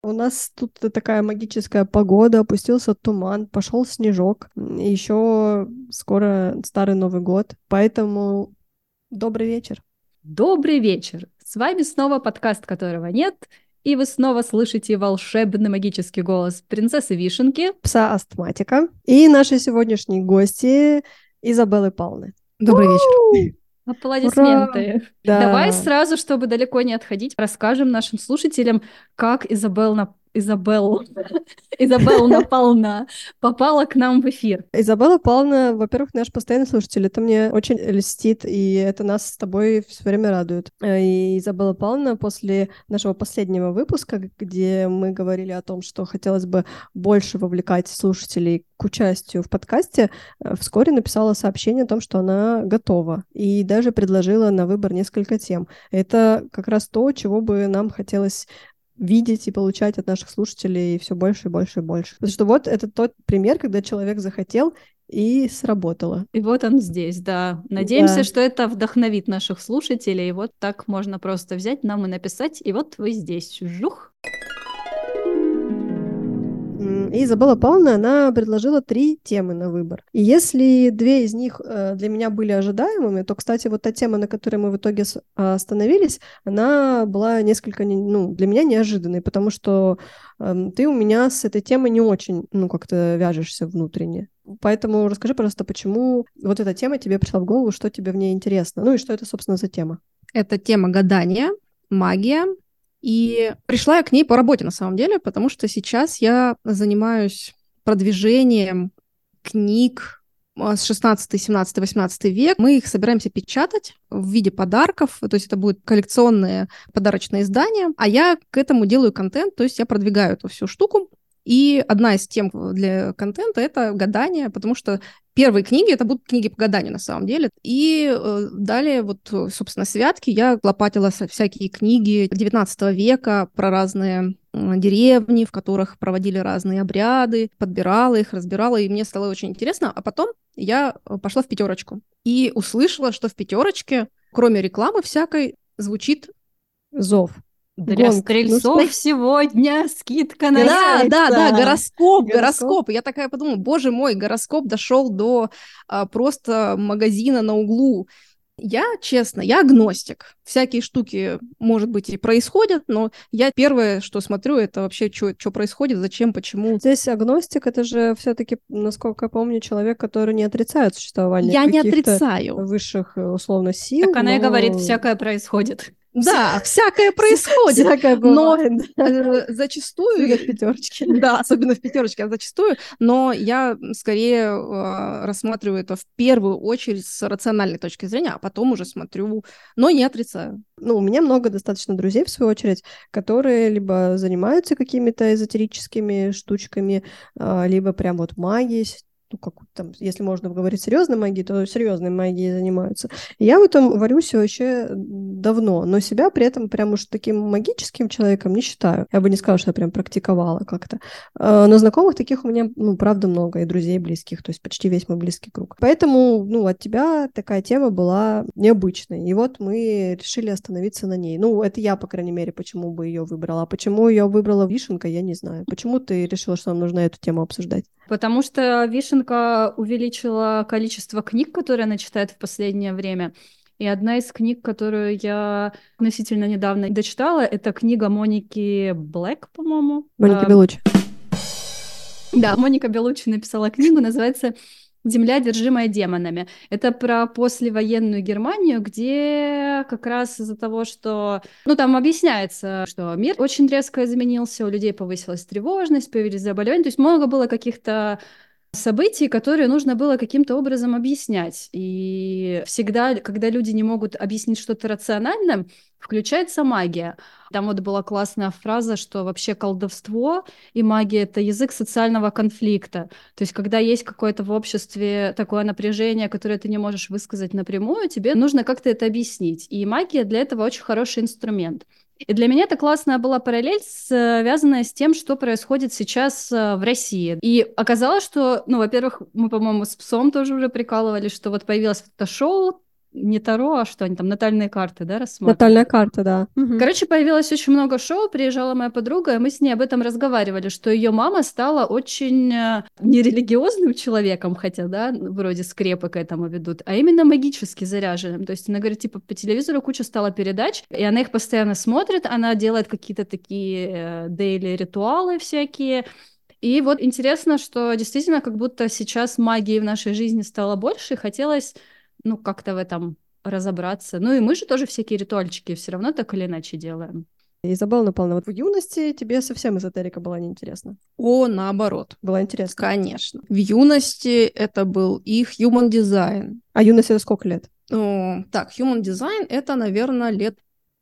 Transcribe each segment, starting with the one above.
У нас тут такая магическая погода, опустился туман, пошел снежок, и еще скоро Старый Новый год, поэтому добрый вечер. Добрый вечер! С вами снова подкаст, которого нет, и вы снова слышите волшебный магический голос принцессы Вишенки. Пса-астматика и наши сегодняшние гости Изабеллы Павловны. Добрый вечер. Ура! Аплодисменты. Давай Да. сразу, чтобы далеко не отходить, расскажем нашим слушателям, как Изабелла Павловна попала к нам в эфир. Изабелла Павловна, во-первых, наш постоянный слушатель. Это мне очень льстит, и это нас с тобой все время радует. И Изабелла Павловна после нашего последнего выпуска, где мы говорили о том, что хотелось бы больше вовлекать слушателей к участию в подкасте, вскоре написала сообщение о том, что она готова, и даже предложила на выбор несколько тем. Это как раз то, чего бы нам хотелось видеть и получать от наших слушателей все больше и больше и больше. Потому что вот это тот пример, когда человек захотел и сработало. И вот он здесь, да. Надеемся, Да. что это вдохновит наших слушателей. И вот так можно просто взять нам и написать, и вот вы здесь. Жух! И Изабелла Павловна, она предложила 3 темы на выбор. И если 2 из них для меня были ожидаемыми, то, кстати, вот та тема, на которой мы в итоге остановились, она была несколько, для меня неожиданной, потому что ты у меня с этой темой не очень, как-то вяжешься внутренне. Поэтому расскажи, пожалуйста, почему вот эта тема тебе пришла в голову, что тебе в ней интересно, ну и что это, собственно, за тема? Это тема гадания, магия. И пришла я к ней по работе, на самом деле, потому что сейчас я занимаюсь продвижением книг с 16, 17, 18 век. Мы их собираемся печатать в виде подарков, то есть это будут коллекционные подарочные издания, а я к этому делаю контент, то есть я продвигаю эту всю штуку. И одна из тем для контента — это гадание, потому что первые книги — это будут книги по гаданию на самом деле. И далее, вот, собственно, святки я лопатила всякие книги XIX века про разные деревни, в которых проводили разные обряды, подбирала их, разбирала, и мне стало очень интересно. А потом я пошла в пятерочку и услышала, что в пятерочке, кроме рекламы всякой, звучит Зов. Для Гонг. стрельцов сегодня скидка на Да, яйца. гороскоп. И я такая подумала, боже мой, гороскоп дошел до просто магазина на углу. Я, честно, я агностик. Всякие штуки, может быть, и происходят, но я первое, что смотрю, это вообще, что происходит, зачем, почему. Здесь агностик — это же все-таки, насколько я помню, человек, который не отрицает существование Я не каких-то отрицаю. высших, условно, сил, Так она и говорит, но всякое происходит. Да, всякое происходит, всякое но бывает, да. Особенно в зачастую, пятерочке. да, особенно в пятерочке, а зачастую, но я скорее рассматриваю это в первую очередь с рациональной точки зрения, а потом уже смотрю, но не отрицаю. Ну, у меня много достаточно друзей, в свою очередь, которые либо занимаются какими-то эзотерическими штучками, либо прям вот магией, ну, как там, если можно говорить серьезной магией, то серьезной магией занимаются. И я в этом варюсь вообще давно, но себя при этом прям уж таким магическим человеком не считаю. Я бы не сказала, что я прям практиковала как-то. Но знакомых таких у меня, ну, правда, много, и друзей близких, то есть почти весь мой близкий круг. Поэтому, ну, от тебя такая тема была необычной, и вот мы решили остановиться на ней. Ну, это я, по крайней мере, почему бы ее выбрала. А почему ее выбрала Вишенка, я не знаю. Почему ты решила, что нам нужно эту тему обсуждать? Потому что Вишенка увеличила количество книг, которые она читает в последнее время. И одна из книг, которую я относительно недавно дочитала, это книга Моники Блэк, по-моему. Моника Белуччи. Да, Моника Белуччи написала книгу, называется «Земля, одержимая демонами». Это про послевоенную Германию, где как раз из-за того, что... Ну, там объясняется, что мир очень резко изменился, у людей повысилась тревожность, появились заболевания. То есть много было каких-то событий, которые нужно было каким-то образом объяснять. И всегда, когда люди не могут объяснить что-то рационально, включается магия. Там вот была классная фраза, что вообще колдовство и магия — это язык социального конфликта. То есть когда есть какое-то в обществе такое напряжение, которое ты не можешь высказать напрямую, тебе нужно как-то это объяснить. И магия для этого очень хороший инструмент. И для меня это классная была параллель, связанная с тем, что происходит сейчас в России. И оказалось, что, ну, во-первых, мы, по-моему, с псом тоже уже прикалывались, что вот появилось это шоу не Таро, а что они там, натальные карты, да, рассматривают? Натальная карта, да. Короче, появилось очень много шоу, приезжала моя подруга, и мы с ней об этом разговаривали, что ее мама стала очень нерелигиозным человеком, хотя, да, вроде скрепы к этому ведут, а именно магически заряженным. То есть она говорит, типа, по телевизору куча стала передач, и она их постоянно смотрит, она делает какие-то такие дейли-ритуалы всякие. И вот интересно, что действительно как будто сейчас магии в нашей жизни стало больше, и хотелось, ну, как-то в этом разобраться. Ну и мы же тоже всякие ритуальчики все равно так или иначе делаем. Изабелла Павловна, вот в юности тебе совсем эзотерика была неинтересна? О, наоборот. Была интересна? Конечно. В юности это был и human design. А юность это сколько лет? Так, human design это, наверное, лет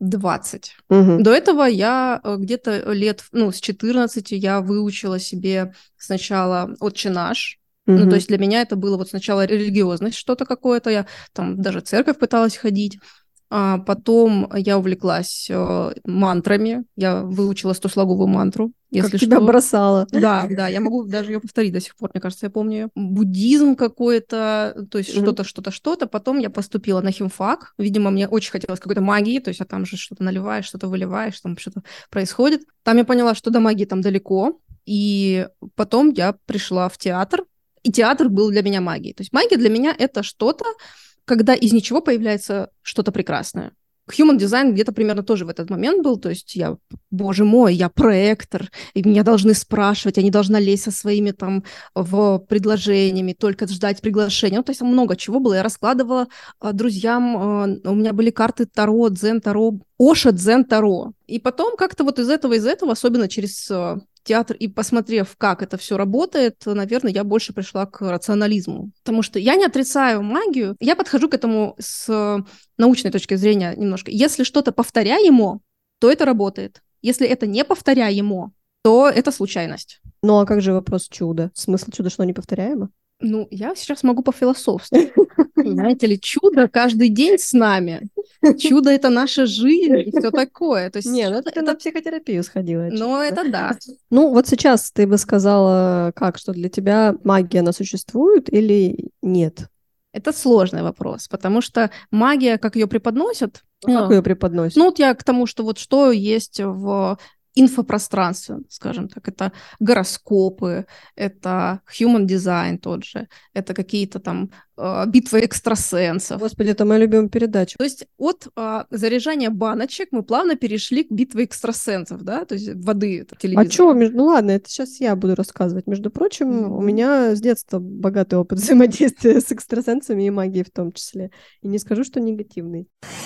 20. Угу. До этого я где-то лет, с 14 я выучила себе сначала «Отче наш». Ну, то есть для меня это было вот сначала религиозность, что-то какое-то, я там даже в церковь пыталась ходить, а потом я увлеклась мантрами, я выучила 100-слоговую мантру, если как тебя что. бросало. Да, я могу даже ее повторить до сих пор, мне кажется, я помню ее. Буддизм какой-то, то есть что-то. Потом я поступила на химфак, видимо, мне очень хотелось какой-то магии, то есть там же что-то наливаешь, что-то выливаешь, там что-то происходит. Там я поняла, что до магии там далеко, и потом я пришла в театр, и театр был для меня магией. То есть магия для меня это что-то, когда из ничего появляется что-то прекрасное. Human design где-то примерно тоже в этот момент был, то есть я, боже мой, я проектор, и меня должны спрашивать, я не должна лезть со своими там в предложениями, только ждать приглашения. Ну, то есть много чего было. Я раскладывала друзьям, у меня были карты Таро, Дзен Таро, Оша Дзен Таро. И потом как-то вот из этого, особенно через театр, и посмотрев, как это все работает, наверное, я больше пришла к рационализму. Потому что я не отрицаю магию, я подхожу к этому с научной точки зрения немножко. Если что-то повторяемо, то это работает. Если это не повторяемо, то это случайность. Ну а как же вопрос чуда? Смысл чуда, что неповторяемо? Ну, я сейчас могу пофилософствовать. Знаете ли, чудо каждый день с нами. Чудо — это наша жизнь и все такое. То есть, не, ну это на психотерапию сходила. Ну, это да. Ну, вот сейчас ты бы сказала, что для тебя магия, она существует или нет? Это сложный вопрос, потому что магия, как ее преподносят... Как ее преподносят? Ну, вот я к тому, что вот что есть в инфопространстве, скажем так, это гороскопы, это human design тот же, это какие-то там битвы экстрасенсов. Господи, это моя любимая передача. То есть от заряжания баночек мы плавно перешли к битве экстрасенсов, да, то есть воды телевизора. А что? Ну ладно, это сейчас я буду рассказывать. Между прочим, у меня с детства богатый опыт взаимодействия с экстрасенсами и магией в том числе. И не скажу, что негативный.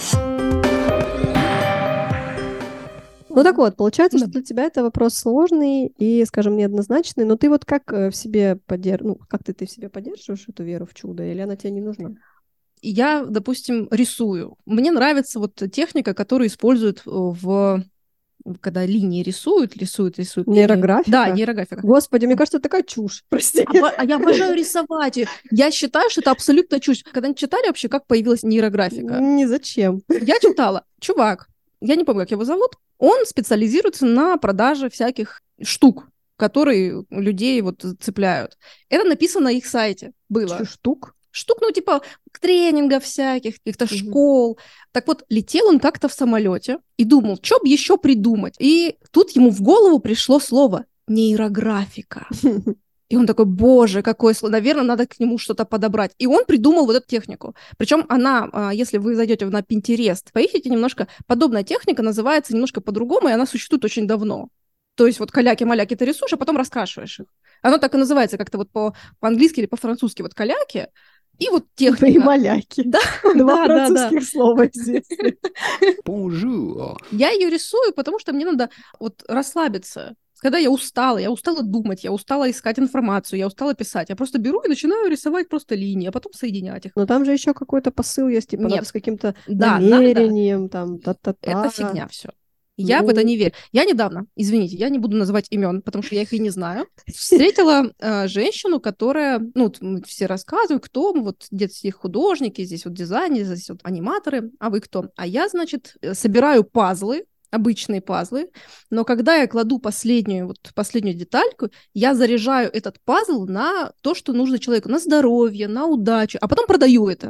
Ну так вот, получается, что для тебя это вопрос сложный и, скажем, неоднозначный, но ты вот как в себе как ты в себе поддерживаешь эту веру в чудо, или она тебе не нужна? Я, допустим, рисую. Мне нравится вот техника, которую используют когда линии рисуют. Нейрографика? Да, нейрографика. Господи, мне кажется, это такая чушь, прости. А я обожаю рисовать. Я считаю, что это абсолютно чушь. Когда-нибудь читали вообще, как появилась нейрографика? Не зачем. Я читала. Чувак, я не помню, как его зовут, он специализируется на продаже всяких штук, которые людей вот цепляют. Это написано на их сайте было. Штук? Штук, ну, типа тренингов всяких, каких-то школ. Так вот, летел он как-то в самолете и думал, что бы еще придумать. И тут ему в голову пришло слово «нейрографика». И он такой, боже, какое слово, наверное, надо к нему что-то подобрать. И он придумал вот эту технику. Причем она, если вы зайдете на Pinterest, поищите немножко, подобная техника называется немножко по-другому, и она существует очень давно. То есть вот каляки-маляки ты рисуешь, а потом раскрашиваешь их. Оно так и называется, как-то вот по-английски или по-французски, вот каляки, и вот техника. И маляки. Да, Два французских слова здесь. Bonjour. Я ее рисую, потому что мне надо вот расслабиться. Когда я устала думать, я устала искать информацию, я устала писать. Я просто беру и начинаю рисовать просто линии, а потом соединять их. Но там же еще какой-то посыл есть, типа, Нет. надо с каким-то Да, намерением, там, та-та-та. Это фигня все. Я в это не верю. Я недавно, извините, я не буду называть имен, потому что я их и не знаю, встретила женщину, которая, все рассказывают, кто мы, вот здесь художники, здесь вот дизайнеры, здесь вот аниматоры, а вы кто? А я, значит, собираю пазлы, обычные пазлы, но когда я кладу последнюю детальку, я заряжаю этот пазл на то, что нужно человеку, на здоровье, на удачу, а потом продаю это.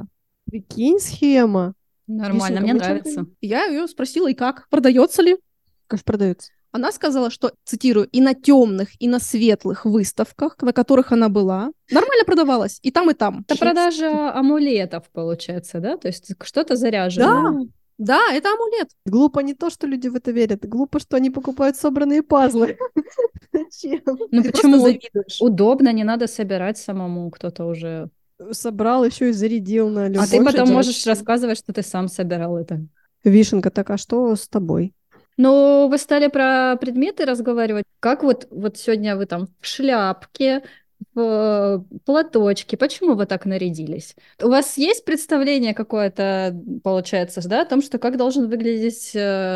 Прикинь, схема. Нормально, Вишенка, мне мы чем-то- нравится. Я ее спросила, и как? Продается ли? Как же продается? Она сказала, что, цитирую, и на темных, и на светлых выставках, на которых она была, нормально продавалась. И там, и там. Это продажа амулетов, получается, да? То есть что-то заряженное. Да, это амулет. Глупо не то, что люди в это верят. Глупо, что они покупают собранные пазлы. Зачем? Ну Ты почему? просто завидуешь. Удобно, не надо собирать самому, кто-то уже... Собрал еще и зарядил на любой. А ты потом день. можешь рассказывать, что ты сам собирал это. Вишенка, так а что с тобой? Ну, вы стали про предметы разговаривать. Как вот сегодня вы там в шляпке, в платочке. Почему вы так нарядились? У вас есть представление какое-то, получается, да, о том, что как должен выглядеть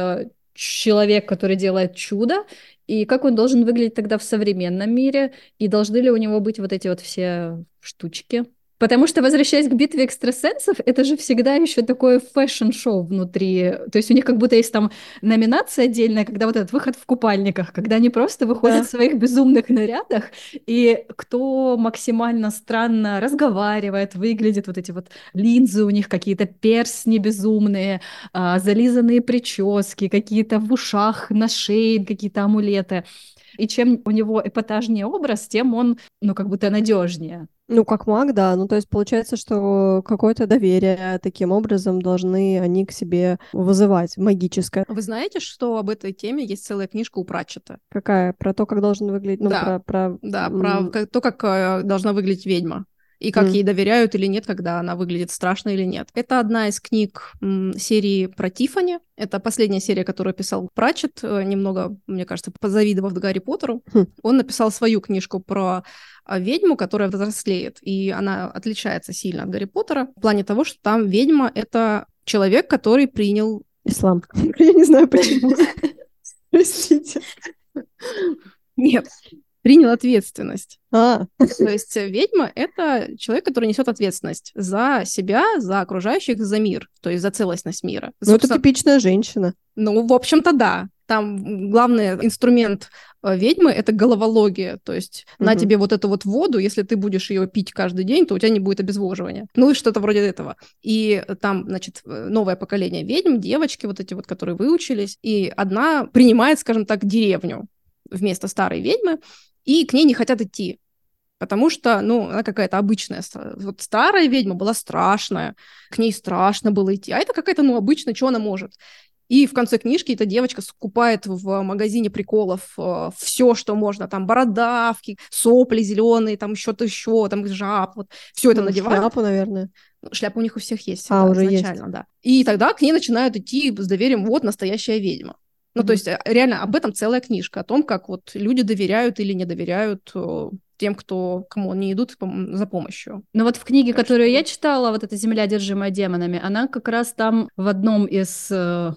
человек, который делает чудо, и как он должен выглядеть тогда в современном мире, и должны ли у него быть вот эти вот все штучки? Потому что, возвращаясь к битве экстрасенсов, это же всегда еще такое фэшн-шоу внутри. То есть у них как будто есть там номинация отдельная, когда вот этот выход в купальниках, когда они просто выходят в своих безумных нарядах, и кто максимально странно разговаривает, выглядит, вот эти вот линзы у них какие-то, перстни безумные, зализанные прически, какие-то в ушах, на шее какие-то амулеты. И чем у него эпатажнее образ, тем он, ну, как будто надежнее. Ну, как маг, да. Ну, то есть получается, что какое-то доверие таким образом должны они к себе вызывать, магическое. Вы знаете, что об этой теме есть целая книжка у Пратчета? Какая? Про то, как должен выглядеть? Ну, Да. про... Да, про то, как должна выглядеть ведьма. И как ей доверяют или нет, когда она выглядит страшно или нет. Это одна из книг серии про Тиффани. Это последняя серия, которую писал Пратчетт, немного, мне кажется, позавидовав Гарри Поттеру. Он написал свою книжку про ведьму, которая взрослеет, и она отличается сильно от Гарри Поттера в плане того, что там ведьма — это человек, который принял... Ислам. Я не знаю, почему. Простите. Нет. Принял ответственность. То есть ведьма — это человек, который несет ответственность за себя, за окружающих, за мир, то есть за целостность мира. Ну, это типичная женщина. Ну, в общем-то, да. Там главный инструмент ведьмы — это головология, то есть на тебе вот эту вот воду, если ты будешь ее пить каждый день, то у тебя не будет обезвоживания. Ну и что-то вроде этого. И там, значит, новое поколение ведьм, девочки вот эти вот, которые выучились, и одна принимает, скажем так, деревню вместо старой ведьмы, и к ней не хотят идти, потому что, ну, она какая-то обычная. Вот старая ведьма была страшная, к ней страшно было идти, а это какая-то, ну, обычная, что она может. И в конце книжки эта девочка скупает в магазине приколов все, что можно, там бородавки, сопли зеленые, там что-то еще, там жаб, вот все это надевают. Шляпу, наверное. Шляпа у них у всех есть всегда, уже изначально, есть. да. И тогда к ней начинают идти с доверием, вот настоящая ведьма. Ну, то есть реально об этом целая книжка, о том, как вот люди доверяют или не доверяют тем, кому они идут за помощью. Но вот в книге, которую я читала, вот эта «Земля, одержимая демонами», она как раз там в одном из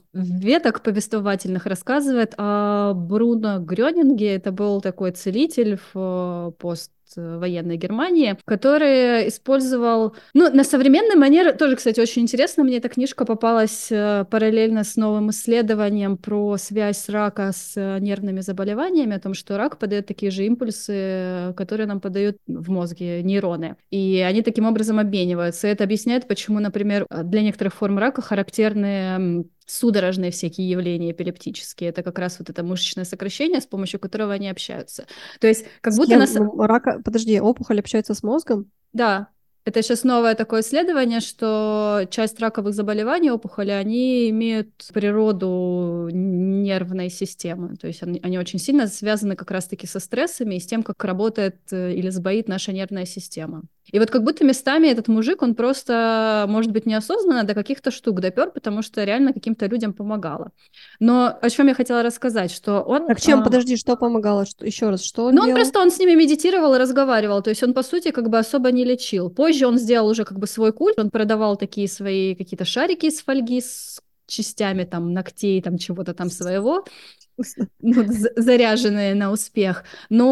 веток повествовательных рассказывает о Бруно Грёнинге. Это был такой целитель в поствоенной Германии, который использовал... Ну, на современный манер, тоже, кстати, очень интересно, мне эта книжка попалась параллельно с новым исследованием про связь рака с нервными заболеваниями, о том, что рак подает такие же импульсы, которые нам подают в мозге нейроны. И они таким образом обмениваются. И это объясняет, почему, например, для некоторых форм рака характерны судорожные всякие явления эпилептические. Это как раз вот это мышечное сокращение, с помощью которого они общаются. То есть как будто... Рака... Подожди, опухоль общается с мозгом? Да. Это сейчас новое такое исследование, что часть раковых заболеваний, опухоли, они имеют природу нервной системы. То есть они очень сильно связаны как раз-таки со стрессами и с тем, как работает или сбоит наша нервная система. И вот как будто местами этот мужик, он просто, может быть, неосознанно до каких-то штук допер, потому что реально каким-то людям помогало. Но о чем я хотела рассказать, что он... Так чем, подожди, что помогало? Еще раз, что он делал? Он просто с ними медитировал и разговаривал, то есть он, по сути, как бы особо не лечил. Позже он сделал уже как бы свой культ, он продавал такие свои какие-то шарики из фольги с частями там ногтей, там чего-то там своего. заряженные на успех.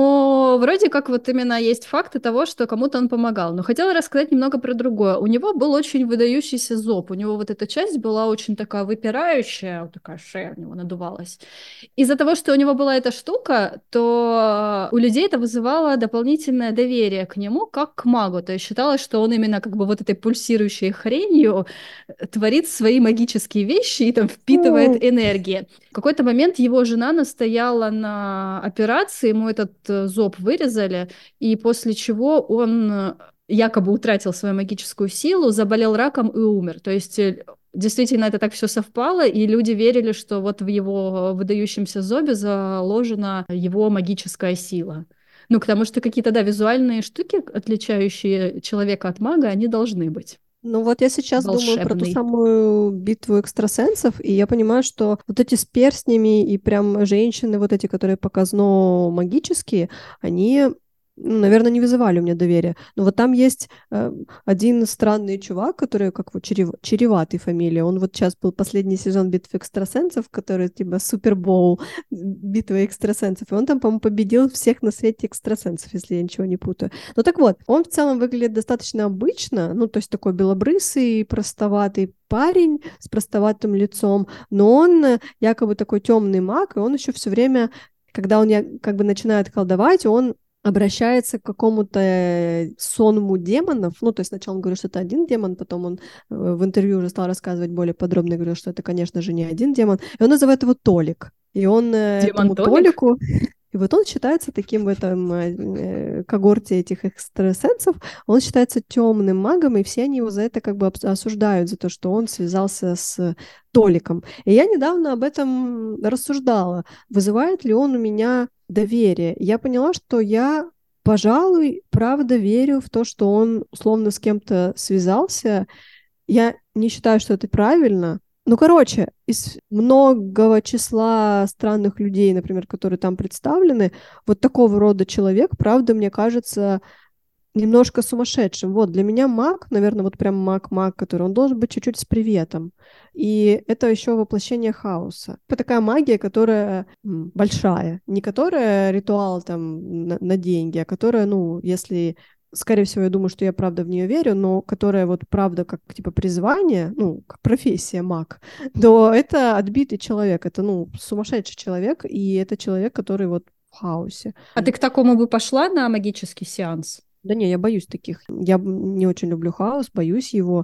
Но вроде как вот именно есть факты того, что кому-то он помогал. Но хотела рассказать немного про другое. У него был очень выдающийся зоб. У него вот эта часть была очень такая выпирающая, вот такая шея у него надувалась. Из-за того, что у него была эта штука, то у людей это вызывало дополнительное доверие к нему, как к магу. То есть считалось, что он именно как бы вот этой пульсирующей хренью творит свои магические вещи и там впитывает энергии. В какой-то момент его жена настояла на операции, ему этот зоб вырезали, и после чего он якобы утратил свою магическую силу, заболел раком и умер. То есть действительно это так все совпало, и люди верили, что вот в его выдающемся зобе заложена его магическая сила. Ну, потому что какие-то, да, визуальные штуки, отличающие человека от мага, они должны быть. Ну вот я сейчас думаю про ту Волшебный. самую битву экстрасенсов, и я понимаю, что вот эти с перстнями и прям женщины, вот эти, которые показано магические, они, наверное, не вызывали у меня доверия. Но вот там есть один странный чувак, который как вот Череватый фамилия. Он вот сейчас был последний сезон битвы экстрасенсов, который типа Супербоул, битва экстрасенсов. И он там, по-моему, победил всех на свете экстрасенсов, если я ничего не путаю. Ну так вот, он в целом выглядит достаточно обычно, ну то есть такой белобрысый, простоватый парень с простоватым лицом, но он якобы такой темный маг, и он еще все время, когда он как бы начинает колдовать, он обращается к какому-то сонму демонов. Ну, то есть сначала он говорит, что это один демон, потом он в интервью уже стал рассказывать более подробно, говорил, что это, конечно же, не один демон. И он называет его Толик. И он этому Толику... И вот он считается таким в этом когорте этих экстрасенсов, он считается темным магом, и все они его за это как бы осуждают, за то, что он связался с Толиком. И я недавно об этом рассуждала, вызывает ли он у меня доверие. Я поняла, что я, пожалуй, правда верю в то, что он условно с кем-то связался. Я не считаю, что это правильно. Ну, короче, из многого числа странных людей, например, которые там представлены, вот такого рода человек, правда, мне кажется, немножко сумасшедшим. Вот, для меня маг, наверное, вот прям маг-маг, который, он должен быть чуть-чуть с приветом. И это еще воплощение хаоса. Это такая магия, которая большая. Не которая ритуал там на деньги, а которая, ну, если... Скорее всего, я думаю, что я правда в нее верю, но которая вот правда как типа призвание, ну, как профессия маг, то это отбитый человек, это, ну, сумасшедший человек, и это человек, который вот в хаосе. А ты к такому бы пошла на магический сеанс? Да не, я боюсь таких. Я не очень люблю хаос, боюсь его,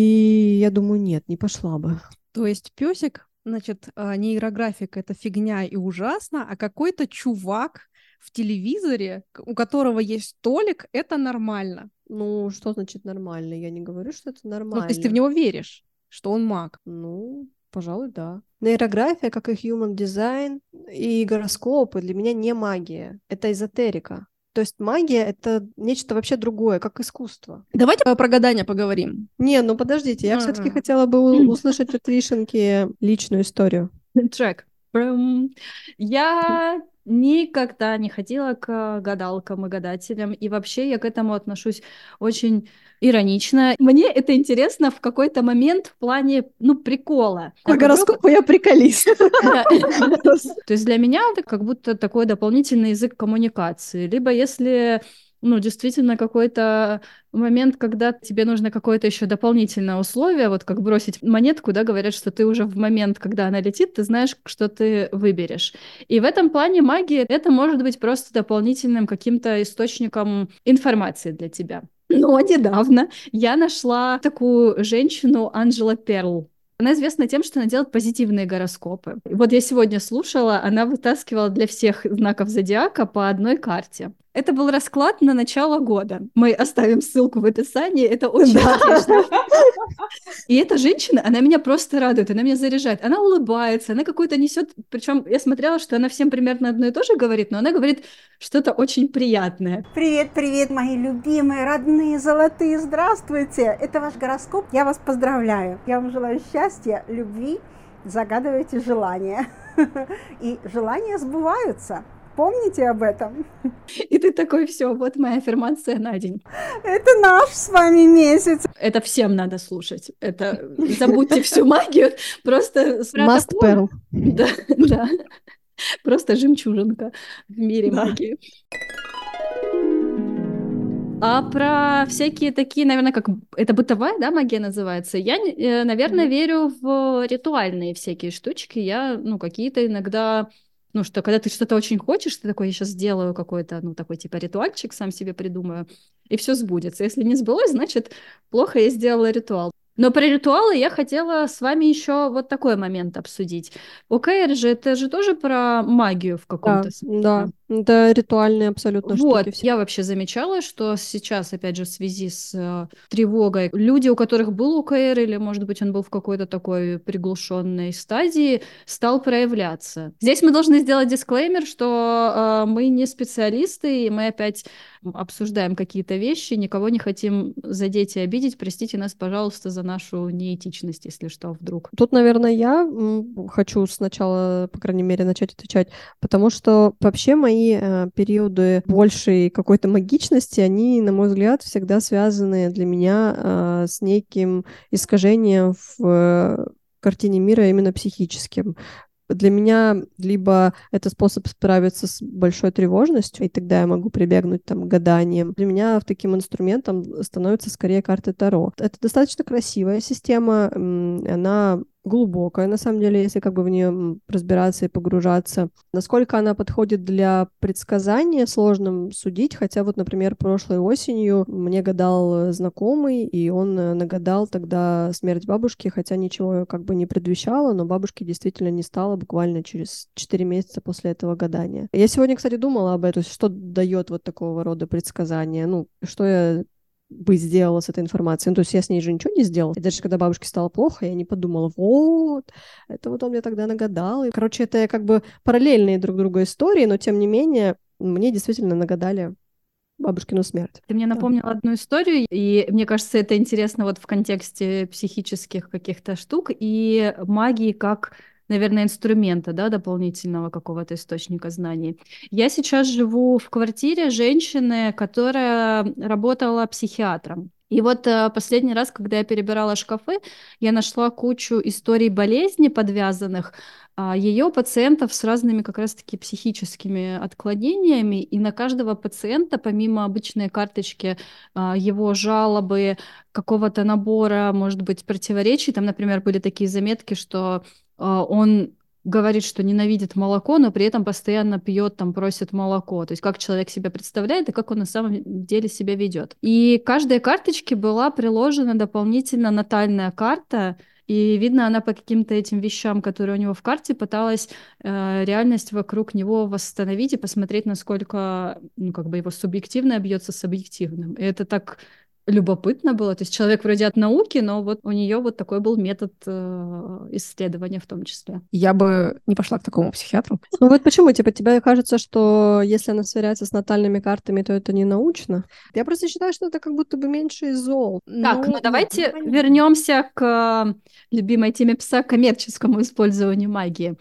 и я думаю, нет, не пошла бы. То есть песик, значит, нейрографика — это фигня и ужасно, а какой-то чувак в телевизоре, у которого есть Толик, это нормально. Ну, что значит нормально? Я не говорю, что это нормально. Ну, то есть ты в него веришь, что он маг? Ну, пожалуй, да. Нейрография, как и human design, и гороскопы для меня не магия. Это эзотерика. То есть магия — это нечто вообще другое, как искусство. Давайте про гадания поговорим. Не, ну подождите, я все-таки хотела бы услышать от Вишенки личную историю. Трек. Я никогда не ходила к гадалкам и гадателям, и вообще я к этому отношусь очень иронично. Мне это интересно в какой-то момент в плане, ну, прикола. По гороскопу я приколись. То есть для меня это как будто такой дополнительный язык коммуникации. Либо если... Ну, действительно, какой-то момент, когда тебе нужно какое-то еще дополнительное условие, вот как бросить монетку, да, говорят, что ты уже в момент, когда она летит, ты знаешь, что ты выберешь. И в этом плане магия — это может быть просто дополнительным каким-то источником информации для тебя. Но недавно я нашла такую женщину Анджела Перл. Она известна тем, что она делает позитивные гороскопы. Вот я сегодня слушала, она вытаскивала для всех знаков зодиака по одной карте. Это был расклад на начало года. Мы оставим ссылку в описании, это очень интересно. И эта женщина, она меня просто радует, она меня заряжает. Она улыбается, она какую-то несет... Причем я смотрела, что она всем примерно одно и то же говорит, но она говорит что-то очень приятное. Привет, привет, мои любимые, родные, золотые, здравствуйте! Это ваш гороскоп, я вас поздравляю. Я вам желаю счастья, любви, загадывайте желания. И желания сбываются. Помните об этом. И ты такой, все, вот моя аффирмация на день. Это наш с вами месяц. Это всем надо слушать. Это забудьте всю магию, просто... Must Pearl. Да, да. Просто жемчужинка в мире Да. магии. А про всякие такие, наверное, как это бытовая, да, магия называется. Я, наверное, верю в ритуальные всякие штучки. Я, какие-то иногда, что когда ты что-то очень хочешь, ты такой, я сейчас сделаю какой-то, такой типа ритуальчик, сам себе придумаю, и все сбудется. Если не сбылось, значит, плохо я сделала ритуал. Но про ритуалы я хотела с вами еще вот такой момент обсудить. ОКР же, это же тоже про магию в Да, каком-то да, смысле. это ритуальные абсолютно штуки Вот, все. я вообще замечала, что сейчас, опять же, в связи с тревогой, люди, у которых был УКР, или, может быть, он был в какой-то такой приглушенной стадии, стал проявляться. Здесь мы должны сделать дисклеймер, что мы не специалисты, и мы опять обсуждаем какие-то вещи, никого не хотим задеть и обидеть. Простите нас, пожалуйста, за нашу неэтичность, если что, вдруг. Тут, наверное, я хочу сначала, по крайней мере, начать отвечать, потому что вообще мои периоды большей какой-то магичности, они, на мой взгляд, всегда связаны для меня с неким искажением в картине мира именно психическим. Для меня либо это способ справиться с большой тревожностью, и тогда я могу прибегнуть там, к гаданиям. Для меня таким инструментом становится скорее карта Таро. Это достаточно красивая система, она глубокая, на самом деле, если как бы в нее разбираться и погружаться. Насколько она подходит для предсказания, сложно судить, хотя вот, например, прошлой осенью мне гадал знакомый, и он нагадал тогда смерть бабушки, хотя ничего как бы не предвещало, но бабушки действительно не стало буквально через 4 месяца после этого гадания. Я сегодня, кстати, думала об этом, что дает вот такого рода предсказания, что я бы сделала с этой информацией. То есть я с ней же ничего не сделала. И даже когда бабушке стало плохо, я не подумала, вот, это вот он мне тогда нагадал. И, короче, это как бы параллельные друг другу истории, но тем не менее мне действительно нагадали бабушкину смерть. Ты мне напомнила одну историю, и мне кажется, это интересно вот в контексте психических каких-то штук и магии как, наверное, инструмента, да, дополнительного какого-то источника знаний. Я сейчас живу в квартире женщины, которая работала психиатром. И вот последний раз, когда я перебирала шкафы, я нашла кучу историй болезни подвязанных, ее пациентов с разными как раз-таки психическими отклонениями, и на каждого пациента, помимо обычной карточки, его жалобы, какого-то набора, может быть, противоречий, там, например, были такие заметки, что он говорит, что ненавидит молоко, но при этом постоянно пьет, там, просит молоко. То есть как человек себя представляет и как он на самом деле себя ведет. И к каждой карточке была приложена дополнительно натальная карта, и видно, она по каким-то этим вещам, которые у него в карте, пыталась реальность вокруг него восстановить и посмотреть, насколько, его субъективное бьется с объективным. И это так любопытно было. То есть человек вроде от науки, но вот у нее вот такой был метод исследования в том числе. Я бы не пошла к такому психиатру. Вот почему? Тебе кажется, что если она сверяется с натальными картами, то это не научно? Я просто считаю, что это как будто бы меньше зол. Так, давайте вернемся к любимой теме пса, коммерческому использованию магии.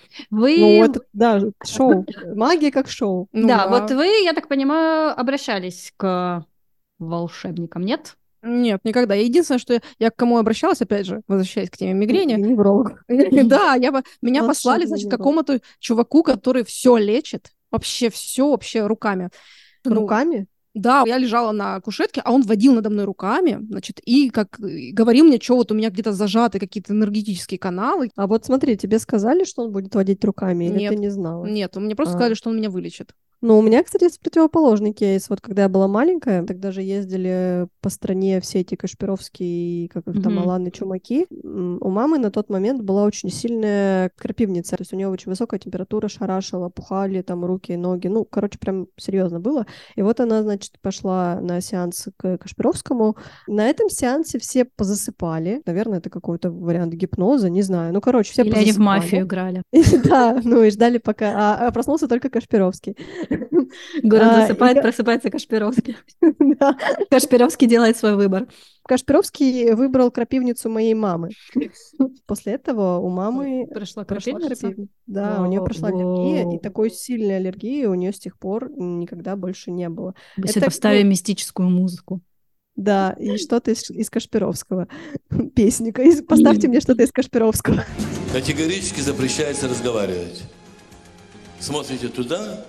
Шоу. Магия как шоу. Вот вы, я так понимаю, обращались к волшебникам, нет? Нет, никогда. Единственное, что я к кому обращалась, опять же, возвращаясь к теме мигрени. Невролог. Да, меня послали, значит, к какому-то чуваку, который все лечит. Вообще все, вообще руками. Руками? Да, я лежала на кушетке, а он водил надо мной руками, значит, и говорил мне, что вот у меня где-то зажаты какие-то энергетические каналы. А вот смотри, тебе сказали, что он будет водить руками, или Нет, ты не знала? Нет, мне просто сказали, что он меня вылечит. Ну, у меня, кстати, есть противоположный кейс. Вот когда я была маленькая, тогда же ездили по стране все эти кашпировские, как их там, аланы, чумаки. У мамы на тот момент была очень сильная крапивница. То есть у нее очень высокая температура, шарашила, пухали там руки, ноги. Прям серьезно было. И вот она, значит, пошла на сеанс к Кашпировскому. На этом сеансе все позасыпали. Наверное, это какой-то вариант гипноза, не знаю. Все Или позасыпали. они в мафию играли. Да, и ждали пока... А проснулся только Кашпировский. Город засыпает, просыпается Кашпировский. Кашпировский делает свой выбор. Кашпировский выбрал крапивницу моей мамы. После этого у мамы прошла крапивница. Да, у нее прошла аллергия, и такой сильной аллергии у нее с тех пор никогда больше не было. Мы себе поставим мистическую музыку. Да, и что-то из Кашпировского. Песника. Поставьте мне что-то из Кашпировского. Категорически запрещается разговаривать. Смотрите туда.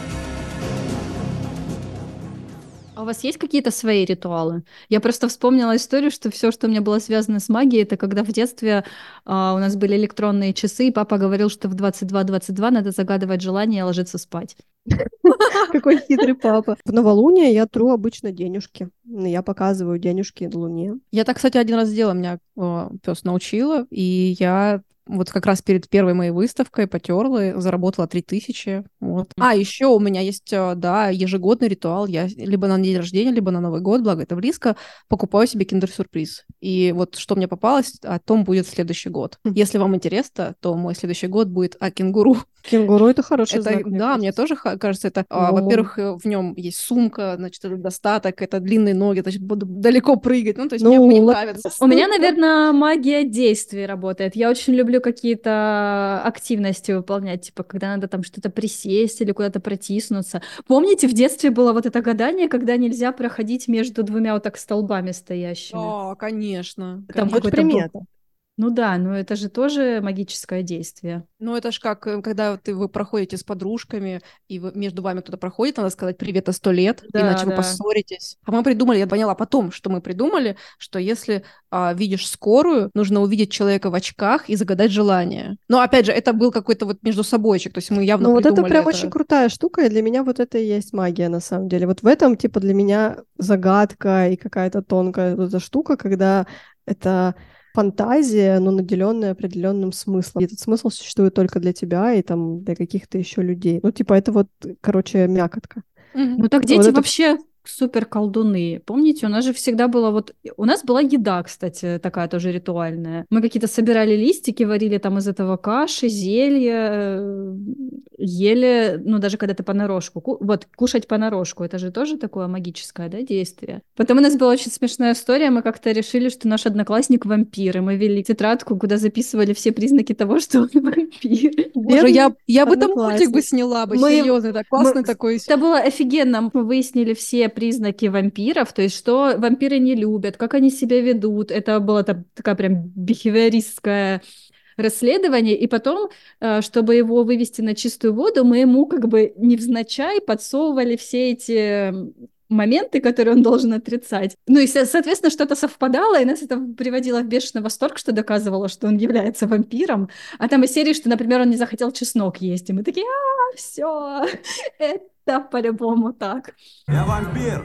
А у вас есть какие-то свои ритуалы? Я просто вспомнила историю, что все, что у меня было связано с магией, это когда в детстве у нас были электронные часы, и папа говорил, что в 22:22 надо загадывать желание и ложиться спать. Какой хитрый папа. В новолуние я тру обычно денежки. Я показываю денежки на Луне. Я так, кстати, один раз сделала, меня пес научила, и я вот как раз перед первой моей выставкой потерла, заработала 3000. Вот. А еще у меня есть, да, ежегодный ритуал. Я либо на день рождения, либо на Новый год, благо это близко, покупаю себе киндер-сюрприз. И вот что мне попалось, о том будет следующий год. Если вам интересно, то мой следующий год будет о кенгуру. Кенгуру — это хороший Это, знак, да, мне тоже кажется, это, во-первых, в нем есть сумка, значит, это достаток, это длинные ноги, значит, буду далеко прыгать, ну, то есть мне нравится. У меня, наверное, магия действий работает. Я очень люблю какие-то активности выполнять, типа, когда надо там что-то присесть или куда-то протиснуться. Помните, в детстве было вот это гадание, когда нельзя проходить между двумя вот так столбами стоящими? О, конечно. Там Вот какой-то примета. Ну да, но это же тоже магическое действие. Ну, это ж как, когда вы проходите с подружками, и между вами кто-то проходит, надо сказать «привет, 100 лет», Да, иначе вы да. поссоритесь. А мы придумали, я поняла потом, что мы придумали, что если видишь скорую, нужно увидеть человека в очках и загадать желание. Но, опять же, это был какой-то вот между собойчик, то есть мы явно Ну вот это придумали прям очень крутая штука, и для меня вот это и есть магия на самом деле. Вот в этом, типа, для меня загадка и какая-то тонкая вот эта штука, когда это фантазия, но наделенная определенным смыслом. И этот смысл существует только для тебя и там для каких-то еще людей. Ну, типа, это вот, короче, мякотка. Ну так Вот дети это вообще супер колдуны. Помните, у нас же всегда было вот... У нас была еда, кстати, такая тоже ритуальная. Мы какие-то собирали листики, варили там из этого каши, зелья, ели, ну даже когда ты понарошку. Вот, кушать понарошку, это же тоже такое магическое, да, действие. Потом у нас была очень смешная история, мы как-то решили, что наш одноклассник вампир, и мы вели тетрадку, куда записывали все признаки того, что он вампир. Боже, я бы там мультик бы одноклассник. сняла бы, Мы- серьезно, это классный такой. Это было офигенно. Мы выяснили все признаки вампиров, то есть что вампиры не любят, как они себя ведут. Это было такая прям бихевиористское расследование, и потом, чтобы его вывести на чистую воду, мы ему как бы невзначай подсовывали все эти моменты, которые он должен отрицать. Ну и, соответственно, что-то совпадало, и нас это приводило в бешеный восторг, что доказывало, что он является вампиром. А там из серии, что, например, он не захотел чеснок есть, и мы такие, все, это по-любому так. Я вампир!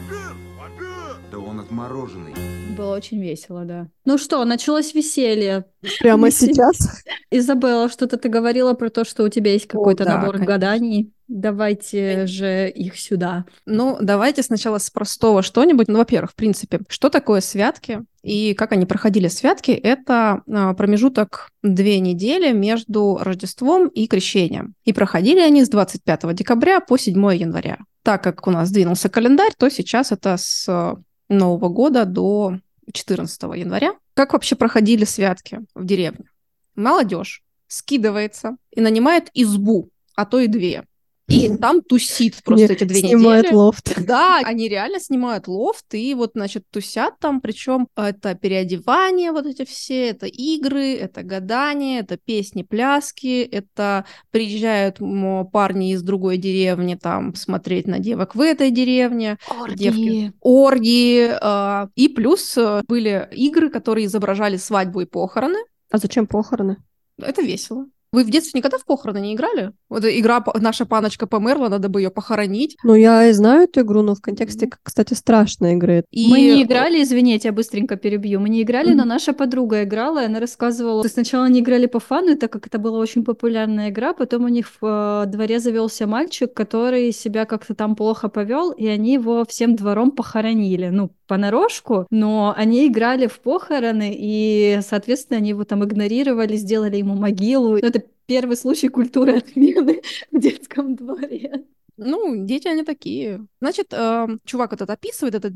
Да он отмороженный. Было очень весело, да. Ну что, началось веселье. Прямо сейчас. Изабелла, что-то ты говорила про то, что у тебя есть какой-то да, набор конечно. гаданий. Давайте же их сюда. Ну, давайте сначала с простого что-нибудь. Ну, во-первых, в принципе, что такое святки и как они проходили святки? Это промежуток 2 недели между Рождеством и Крещением. И проходили они с 25 декабря по 7 января. Так как у нас сдвинулся календарь, то сейчас это с Нового года до 14 января. Как вообще проходили святки в деревне? Молодежь скидывается и нанимает избу, а то и 2. И там тусит просто эти 2 недели. Снимает лофт. Да, они реально снимают лофт и вот, значит, тусят там, причем это переодевания вот эти все, это игры, это гадания, это песни, пляски, это приезжают парни из другой деревни там смотреть на девок в этой деревне. Девки. Оргии. И плюс были игры, которые изображали свадьбу и похороны. А зачем похороны? Это весело. Вы в детстве никогда в похороны не играли? Вот игра «Наша паночка померла», надо бы ее похоронить. Ну, я и знаю эту игру, но в контексте, кстати, страшной игры. И... Мы не играли, извините, я быстренько перебью. Мы не играли, но наша подруга играла, и она рассказывала, что сначала они играли по фану, так как это была очень популярная игра, потом у них в дворе завелся мальчик, который себя как-то там плохо повел, и они его всем двором похоронили. Ну, понарошку, но они играли в похороны, и, соответственно, они его там игнорировали, сделали ему могилу. Это первый случай культуры отмены в детском дворе. Ну, дети они такие. Значит, чувак этот описывает, это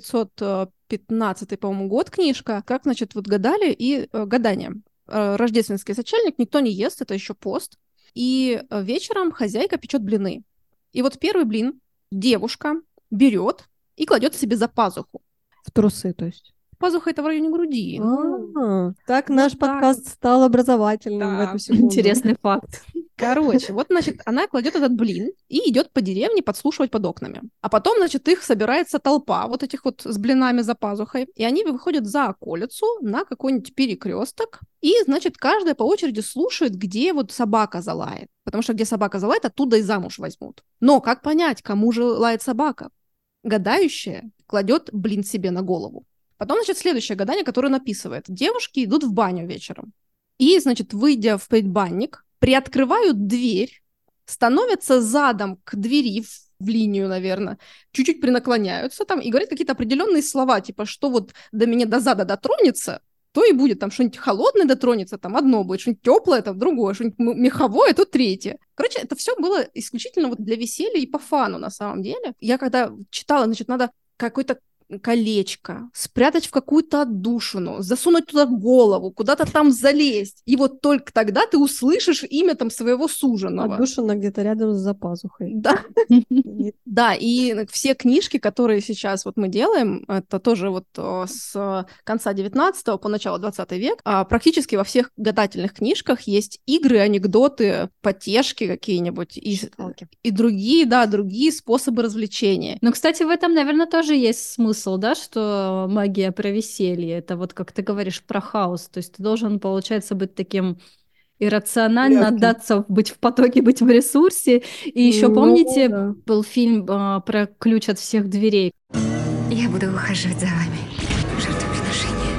1915, по-моему, год книжка, как, значит, вот гадали и гадание. Рождественский сочельник никто не ест, это еще пост. И вечером хозяйка печет блины. И вот первый блин девушка берет и кладет себе за пазуху. В трусы, то есть. Пазуха — это в районе груди. Так вот наш так подкаст стал образовательным в Да. эту секунду. Интересный факт. Короче, вот, значит, она кладет этот блин и идет по деревне подслушивать под окнами. А потом, значит, их собирается толпа вот этих вот с блинами за пазухой, и они выходят за околицу на какой-нибудь перекресток, и, значит, каждая по очереди слушает, где вот собака залает. Потому что где собака залает, оттуда и замуж возьмут. Но как понять, кому же лает собака? Гадающая кладет блин себе на голову. Потом, значит, следующее гадание, которое написывает. Девушки идут в баню вечером. И, значит, выйдя в предбанник, приоткрывают дверь, становятся задом к двери в линию, наверное, чуть-чуть принаклоняются там и говорят какие-то определенные слова, типа, что вот до меня до зада дотронется, то и будет там что-нибудь холодное дотронется, там одно будет, что-нибудь теплое, там другое, что-нибудь меховое, то третье. Короче, это все было исключительно вот для веселья и по фану на самом деле. Я когда читала, значит, надо какой-то колечко, спрятать в какую-то отдушину, засунуть туда голову, куда-то там залезть. И вот только тогда ты услышишь имя там своего суженого. Отдушина где-то рядом с запазухой. Да. Да, и все книжки, которые сейчас вот мы делаем, это тоже вот с конца 19-го по начало 20 век, практически во всех гадательных книжках есть игры, анекдоты, потешки какие-нибудь и другие, да, другие способы развлечения. Ну, кстати, в этом, наверное, тоже есть смысл, да, что магия про веселье, это вот, как ты говоришь, про хаос, то есть ты должен, получается, быть таким иррационально, отдаться, быть в потоке, быть в ресурсе. И еще помните, был фильм про ключ от всех дверей? Я буду ухаживать за вами. Жертвоприношение.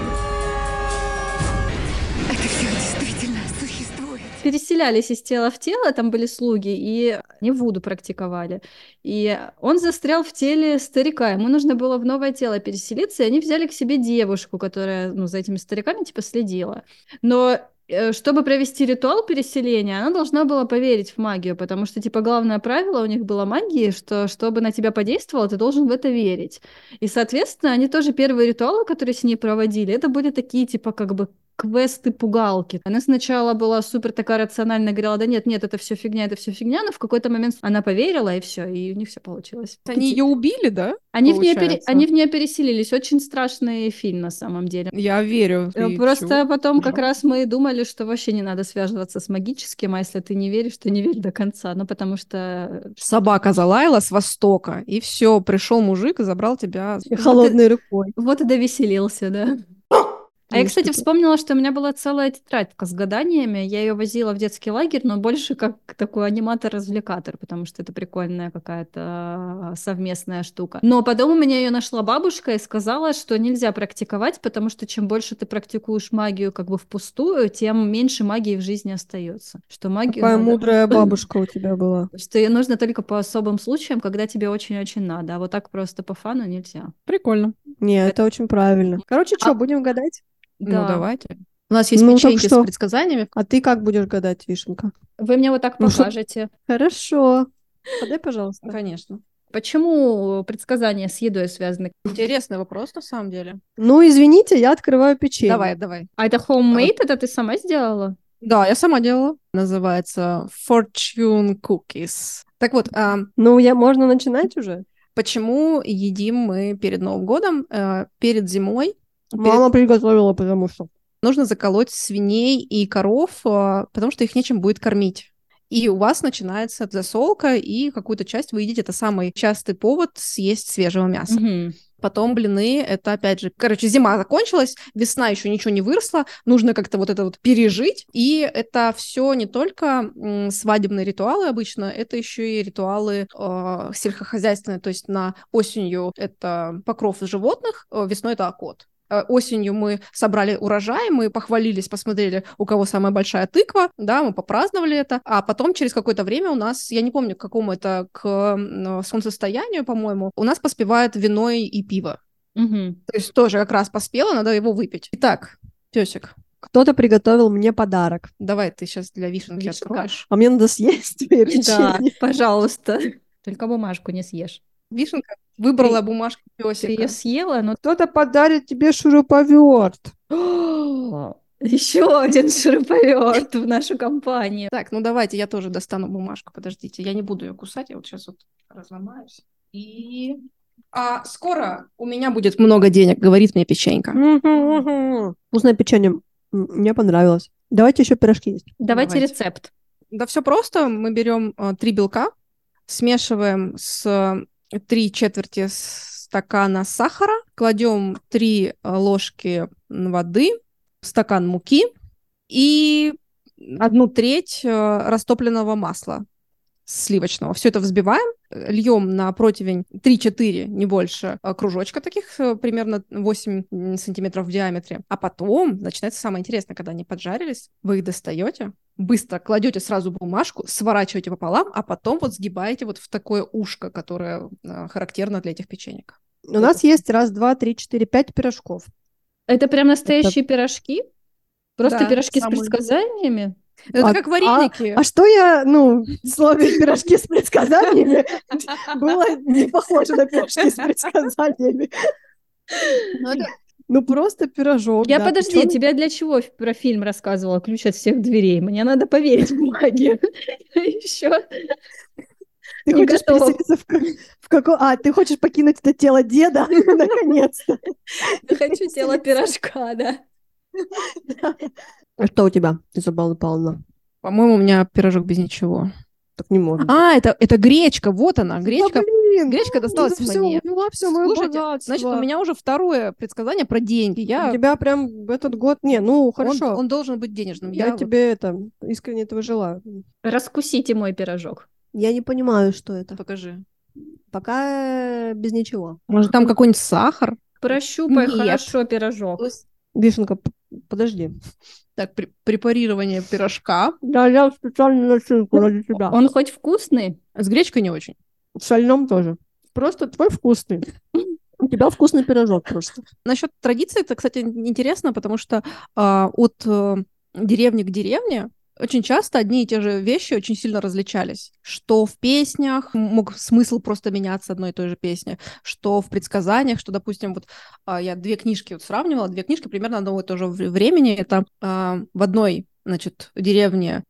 Это все действительно существует. Переселялись из тела в тело, там были слуги, и они вуду практиковали. И он застрял в теле старика, ему нужно было в новое тело переселиться, и они взяли к себе девушку, которая, ну, за этими стариками, типа, следила. Но чтобы провести ритуал переселения, она должна была поверить в магию, потому что, типа, главное правило у них было магии, что чтобы на тебя подействовало, ты должен в это верить. И, соответственно, они тоже первые ритуалы, которые с ней проводили, это были такие, типа, как бы квесты-пугалки. Она сначала была супер такая рациональная, говорила, да нет, это все фигня, но в какой-то момент она поверила, и все, и у них все получилось. Они ее убили, да? Они в нее переселились. Очень страшный фильм на самом деле. Я верю. Просто потом как раз мы думали, что вообще не надо связываться с магическим, а если ты не веришь, то не верь до конца. Ну, потому что... Собака залаяла с востока, и все, пришел мужик и забрал тебя холодной рукой. Вот и довеселился, да. А я, кстати, вспомнила, что у меня была целая тетрадка с гаданиями. Я ее возила в детский лагерь, но больше как такой аниматор-развлекатор, потому что это прикольная какая-то совместная штука. Но потом у меня ее нашла бабушка и сказала, что нельзя практиковать, потому что чем больше ты практикуешь магию как бы впустую, тем меньше магии в жизни остается. Что магию Какая надо... мудрая бабушка у тебя была. Что ее нужно только по особым случаям, когда тебе очень-очень надо. А вот так просто по фану нельзя. Прикольно. Не, это очень правильно. Короче, что, будем гадать? Да. Ну, давайте. У нас есть печеньки с предсказаниями. А ты как будешь гадать, Вишенка? Вы мне вот так покажете. Хорошо. Подай, пожалуйста. Конечно. Почему предсказания с едой связаны? Интересный вопрос, на самом деле. Ну, извините, я открываю печенье. Давай. А это homemade? Это ты сама сделала? Да, я сама делала. Называется Fortune Cookies. Так вот, можно начинать уже? Почему едим мы перед Новым годом, перед зимой? Мама приготовила, потому что... Нужно заколоть свиней и коров, потому что их нечем будет кормить. И у вас начинается засолка, и какую-то часть вы едите. Это самый частый повод съесть свежего мяса. Угу. Потом блины, это опять же... Короче, зима закончилась, весна еще ничего не выросла, нужно как-то вот это вот пережить. И это все не только свадебные ритуалы обычно, это еще и ритуалы сельскохозяйственные. То есть осенью это покров животных, весной это окот. Осенью мы собрали урожай, мы похвалились, посмотрели, у кого самая большая тыква, да, мы попраздновали это, а потом через какое-то время у нас, я не помню, к какому это, к солнцестоянию, по-моему, у нас поспевает вино и пиво. Угу. То есть тоже как раз поспело, надо его выпить. Итак, песик. Кто-то приготовил мне подарок. Давай ты сейчас для Вишенки откроешь. А мне надо съесть теперь Да, печенье. Пожалуйста. Только бумажку не съешь. Вишенка выбрала бумажку песика. Ты ее съела, но... Кто-то подарит тебе шуруповерт. Еще один шуруповерт в нашу компанию. Так, ну давайте я тоже достану бумажку. Подождите, я не буду ее кусать, я вот сейчас вот разломаюсь. И... скоро у меня будет много денег, говорит мне печенька. Вкусное печенье. Мне понравилось. Давайте еще пирожки есть. Давайте рецепт. Да, все просто. Мы берем 3 белка, смешиваем с 3 четверти стакана сахара, кладем 3 ложки воды, стакан муки и 1/3 растопленного масла сливочного. Все это взбиваем, льем на противень 3-4, не больше, кружочка таких, примерно 8 сантиметров в диаметре. А потом начинается самое интересное, когда они поджарились, вы их достаете, быстро кладете сразу бумажку, сворачиваете пополам, а потом вот сгибаете вот в такое ушко, которое характерно для этих печенек. У нас есть 1, 2, 3, 4, 5 пирожков. Это прям настоящие пирожки? Просто Да, пирожки с самые. предсказаниями? Это как вареники. А что я, в слове пирожки с предсказаниями было не похоже на пирожки с предсказаниями. Просто пирожок. Я да, подожди, печёный. тебе для чего про фильм рассказывала «Ключ от всех дверей»? Мне надо поверить в магию. Еще Ты не хочешь готова. переселиться в какой... ты хочешь покинуть это тело деда? Наконец-то. Хочу тело пирожка, да. А что у тебя, Изабелла Павловна? По-моему, у меня пирожок без ничего. Так не может. Это гречка, вот она, гречка. Да, блин, Гречка досталась мне. Все мое Слушайте, богатство. значит, у меня уже второе предсказание про деньги. У тебя прям в этот год... хорошо. Он должен быть денежным. Я тебе искренне этого желаю. Раскусите мой пирожок. Я не понимаю, что это. Покажи. Пока без ничего. Может, там какой-нибудь сахар? Прощупай Нет. хорошо пирожок. Вишенка, подожди. Так, препарирование пирожка. Да, я специально начинку ради тебя. Он хоть вкусный? С гречкой не очень. В шальном тоже. Просто твой вкусный. У тебя вкусный пирожок просто. Насчет традиции, это, кстати, интересно, потому что от деревни к деревне очень часто одни и те же вещи очень сильно различались. Что в песнях мог смысл просто меняться одной и той же песни, что в предсказаниях, что, допустим, вот я 2 книжки сравнивала, 2 книжки примерно одного и того же времени. Это в одной, значит, деревне,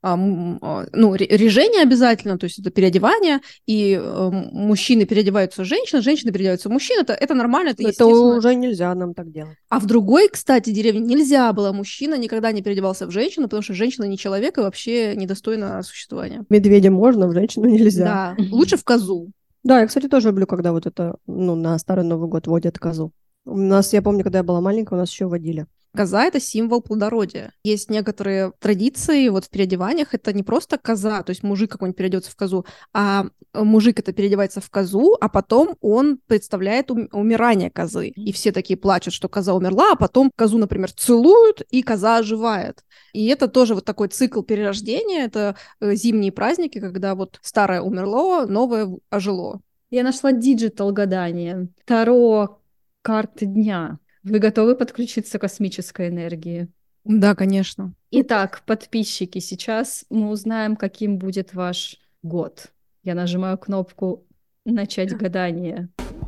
режение обязательно, то есть это переодевание, и мужчины переодеваются в женщин, женщины переодеваются в мужчин, это нормально, это Это естественно. уже нельзя нам так делать. А в другой, кстати, деревне нельзя было, мужчина никогда не переодевался в женщину, потому что женщина не человек и вообще недостойна существования. Медведя можно, в женщину нельзя. Да, лучше в козу. Да, я, кстати, тоже люблю, когда вот это, на Старый Новый год водят козу. У нас, я помню, когда я была маленькая, у нас еще водили. Коза — это символ плодородия. Есть некоторые традиции вот в переодеваниях, это не просто коза, то есть мужик какой-нибудь переодется в козу, а мужик это переодевается в козу, а потом он представляет умирание козы. И все такие плачут, что коза умерла, а потом козу, например, целуют, и коза оживает. И это тоже вот такой цикл перерождения, это зимние праздники, когда вот старое умерло, новое ожило. Я нашла диджитал гадание. Таро карты дня. Вы готовы подключиться к космической энергии? Да, конечно. Итак, подписчики, сейчас мы узнаем, каким будет ваш год. Я нажимаю кнопку «Начать гадание».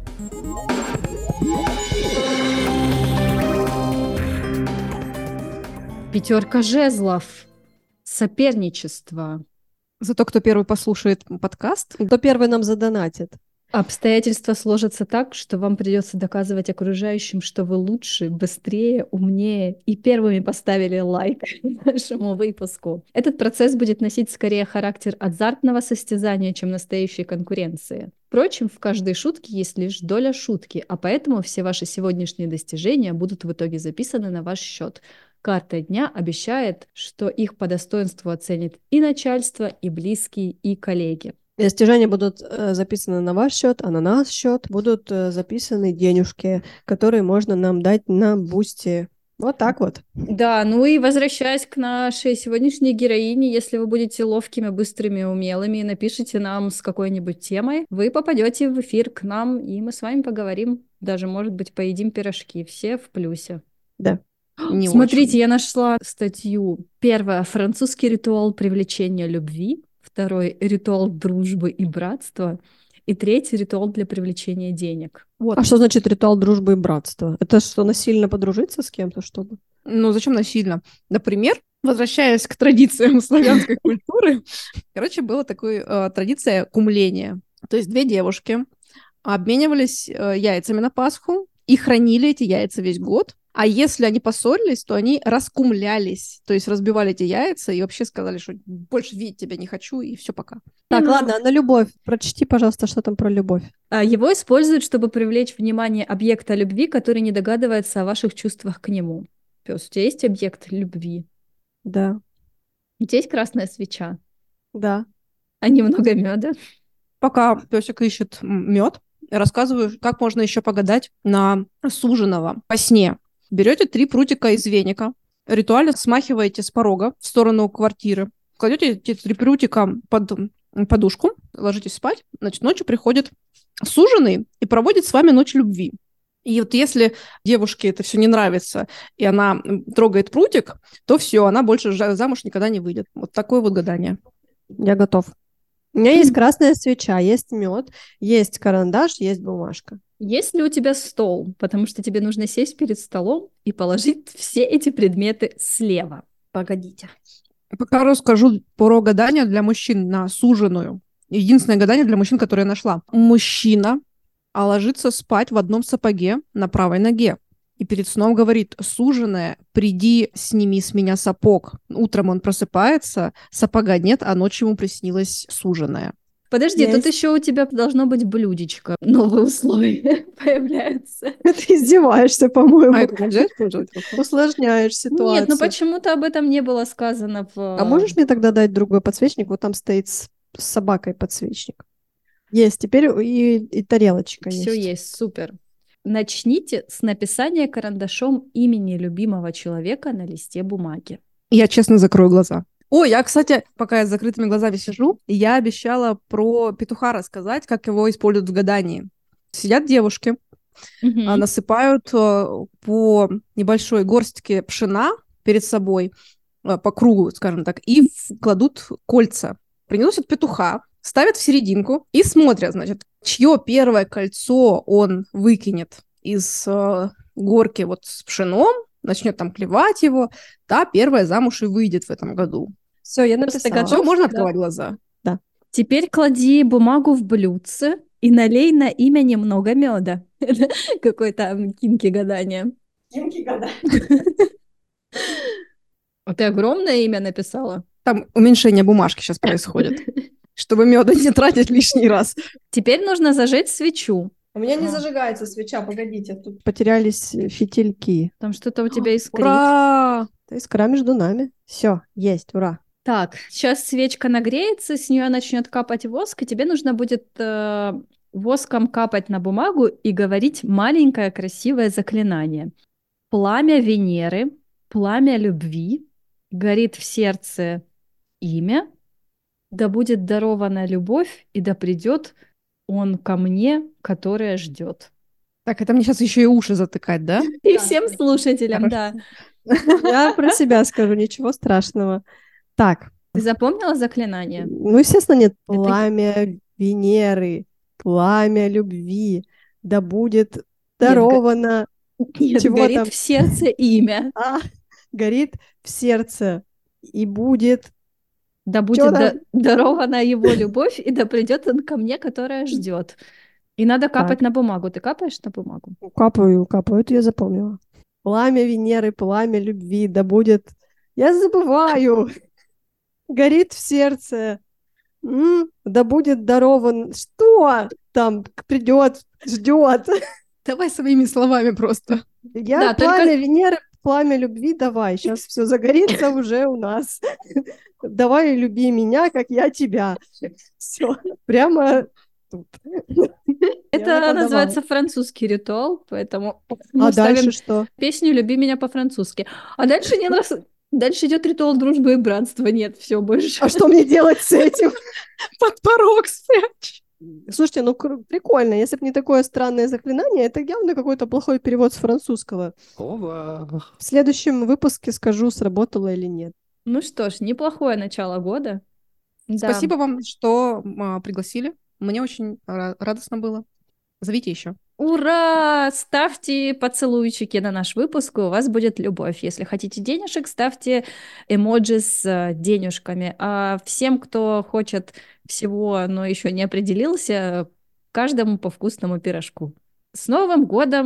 Пятерка жезлов. Соперничество. Зато кто первый послушает подкаст, Кто первый нам задонатит? Обстоятельства сложатся так, что вам придется доказывать окружающим, что вы лучше, быстрее, умнее и первыми поставили лайк нашему выпуску. Этот процесс будет носить скорее характер азартного состязания, чем настоящей конкуренции. Впрочем, в каждой шутке есть лишь доля шутки, а поэтому все ваши сегодняшние достижения будут в итоге записаны на ваш счет. Карта дня обещает, что их по достоинству оценит и начальство, и близкие, и коллеги. Достижения будут записаны на ваш счет, а на наш счет будут записаны денежки, которые можно нам дать на бусти. Вот так вот. Да, ну и возвращаясь к нашей сегодняшней героине, если вы будете ловкими, быстрыми, умелыми и напишите нам с какой-нибудь темой, вы попадете в эфир к нам, и мы с вами поговорим. Даже, может быть, поедим пирожки. Все в плюсе. Да. не Смотрите, очень. я нашла статью. Первое. Французский ритуал привлечения любви. Второй. Ритуал дружбы и братства. И третий. Ритуал для привлечения денег. Вот. А что значит ритуал дружбы и братства? Это что, насильно подружиться с кем-то, чтобы? Ну, зачем насильно? Например, возвращаясь к традициям славянской культуры, была такая традиция кумления. То есть 2 девушки обменивались яйцами на Пасху и хранили эти яйца весь год. А если они поссорились, то они раскумлялись, то есть разбивали эти яйца и вообще сказали, что больше видеть тебя не хочу, и все, пока. Так, Ну, ладно, а на любовь. Прочти, пожалуйста, что там про любовь. Его используют, чтобы привлечь внимание объекта любви, который не догадывается о ваших чувствах к нему. Пес, у тебя есть объект любви? Да, У тебя есть красная свеча, да. а немного меда? Пока песик ищет мед, рассказываю, как можно еще погадать на суженого во сне. Берете 3 прутика из веника, ритуально смахиваете с порога в сторону квартиры, кладете эти 3 прутика под подушку, ложитесь спать, значит, ночью приходит суженый и проводит с вами ночь любви. И вот если девушке это все не нравится, и она трогает прутик, то все, она больше замуж никогда не выйдет. Вот такое вот гадание. Я готов. У меня есть красная свеча, есть мед, есть карандаш, есть бумажка. Есть ли у тебя стол? Потому что тебе нужно сесть перед столом и положить все эти предметы слева. Погодите. Пока расскажу про гадание для мужчин на суженую. Единственное гадание для мужчин, которое я нашла. Мужчина ложится спать в одном сапоге на правой ноге. И перед сном говорит: суженая, приди, сними с меня сапог. Утром он просыпается, сапога нет, а ночью ему приснилась суженая. Подожди, тут Есть. еще у тебя должно быть блюдечко. Новые условия появляются. Ты издеваешься, по-моему. А это нельзя использовать? Усложняешь ситуацию. Нет, ну почему-то об этом не было сказано в... А можешь мне тогда дать другой подсвечник? Вот там стоит с собакой подсвечник. Есть, теперь и тарелочка Все есть. есть, супер. Начните с написания карандашом имени любимого человека на листе бумаги. Я честно закрою глаза. О, я, кстати, пока я с закрытыми глазами сижу, я обещала про петуха рассказать, как его используют в гадании. Сидят девушки, Мгм. насыпают по небольшой горстке пшена перед собой, по кругу, скажем так, и кладут кольца. Приносят петуха, ставят в серединку и смотрят, значит, чье первое кольцо он выкинет из горки вот с пшеном, начнет там клевать его, та первая замуж и выйдет в этом году. Все, я Просто написала. готов? Все, можно да. открывать глаза. Теперь клади бумагу в блюдце и налей на имя немного меда. Это какое-то кинки гадание. А ты огромное имя написала? Там уменьшение бумажки сейчас происходит, чтобы меда не тратить лишний раз. Теперь нужно зажечь свечу. У меня не А. зажигается свеча, погодите. Тут потерялись фитильки. Там что-то у тебя искрит. Ура! То искра между нами. Все, есть, ура. Так, сейчас свечка нагреется, с нее начнет капать воск, и тебе нужно будет воском капать на бумагу и говорить маленькое красивое заклинание. Пламя Венеры, пламя любви, горит в сердце имя, да будет дарована любовь, и да придет он ко мне, которая ждет. Так, это мне сейчас еще и уши затыкать, да? И всем слушателям, да. Я про себя скажу, ничего страшного. Так, Ты запомнила заклинание? ну, естественно, нет. Пламя Венеры, пламя любви, да будет даровано. Нет, Чего горит там? в сердце имя. Горит в сердце и будет... Да Чё будет там? дарована его любовь, и да придет он ко мне, которая ждет. И надо капать Так. на бумагу. Ты капаешь на бумагу? Капаю, это я запомнила. Пламя Венеры, пламя любви, да будет... Я забываю. Горит в сердце. Да будет дарован... Что там придет, ждет? Давай своими словами просто. Я Да, только- пламя Венеры, пламя любви, давай. Сейчас все загорится уже у нас. Давай люби меня, как я тебя. Все, прямо тут. Это наколдовала. называется французский ритуал, поэтому мы А ставим дальше что? песню «Люби меня» по-французски. А дальше не раз... Дальше идет ритуал дружбы и братства. Нет, все больше. А что мне делать с этим? Под порог спрячь. Слушайте, ну прикольно. Если бы не такое странное заклинание, это явно какой-то плохой перевод с французского. Ова. В следующем выпуске скажу, сработало или нет. Ну что ж, неплохое начало года. Да. Спасибо вам, что пригласили. Мне очень радостно было. Зовите еще. Ура! Ставьте поцелуйчики на наш выпуск, и у вас будет любовь. Если хотите денежек, ставьте эмоджи с денежками. А всем, кто хочет всего, но еще не определился, каждому по вкусному пирожку. С Новым годом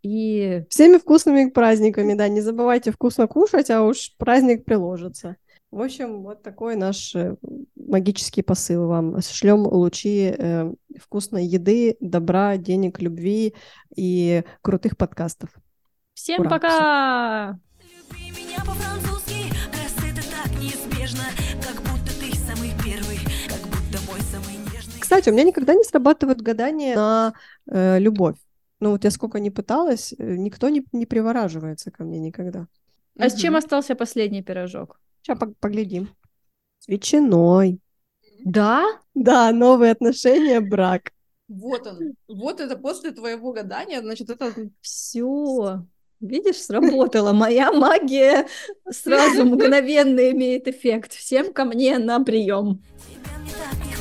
И Всеми вкусными праздниками, да, не забывайте вкусно кушать, а уж праздник приложится. В общем, вот такой наш магический посыл вам. Шлем лучи вкусной еды, добра, денег, любви и крутых подкастов. всем Ура, пока! Люби меня по-французски, раз это так неизбежно, как будто ты самый первый, как будто мой самый нежный. Кстати, у меня никогда не срабатывают гадания на любовь. Ну вот я сколько ни пыталась, никто не привораживается ко мне никогда. А с чем остался последний пирожок? Сейчас поглядим. С ветчиной. Да? Да, новые отношения, брак. Вот он. Вот это после твоего гадания, значит, это... Все. Видишь, сработала. Моя магия сразу мгновенно имеет эффект. Всем ко мне на прием. Тебя мне так не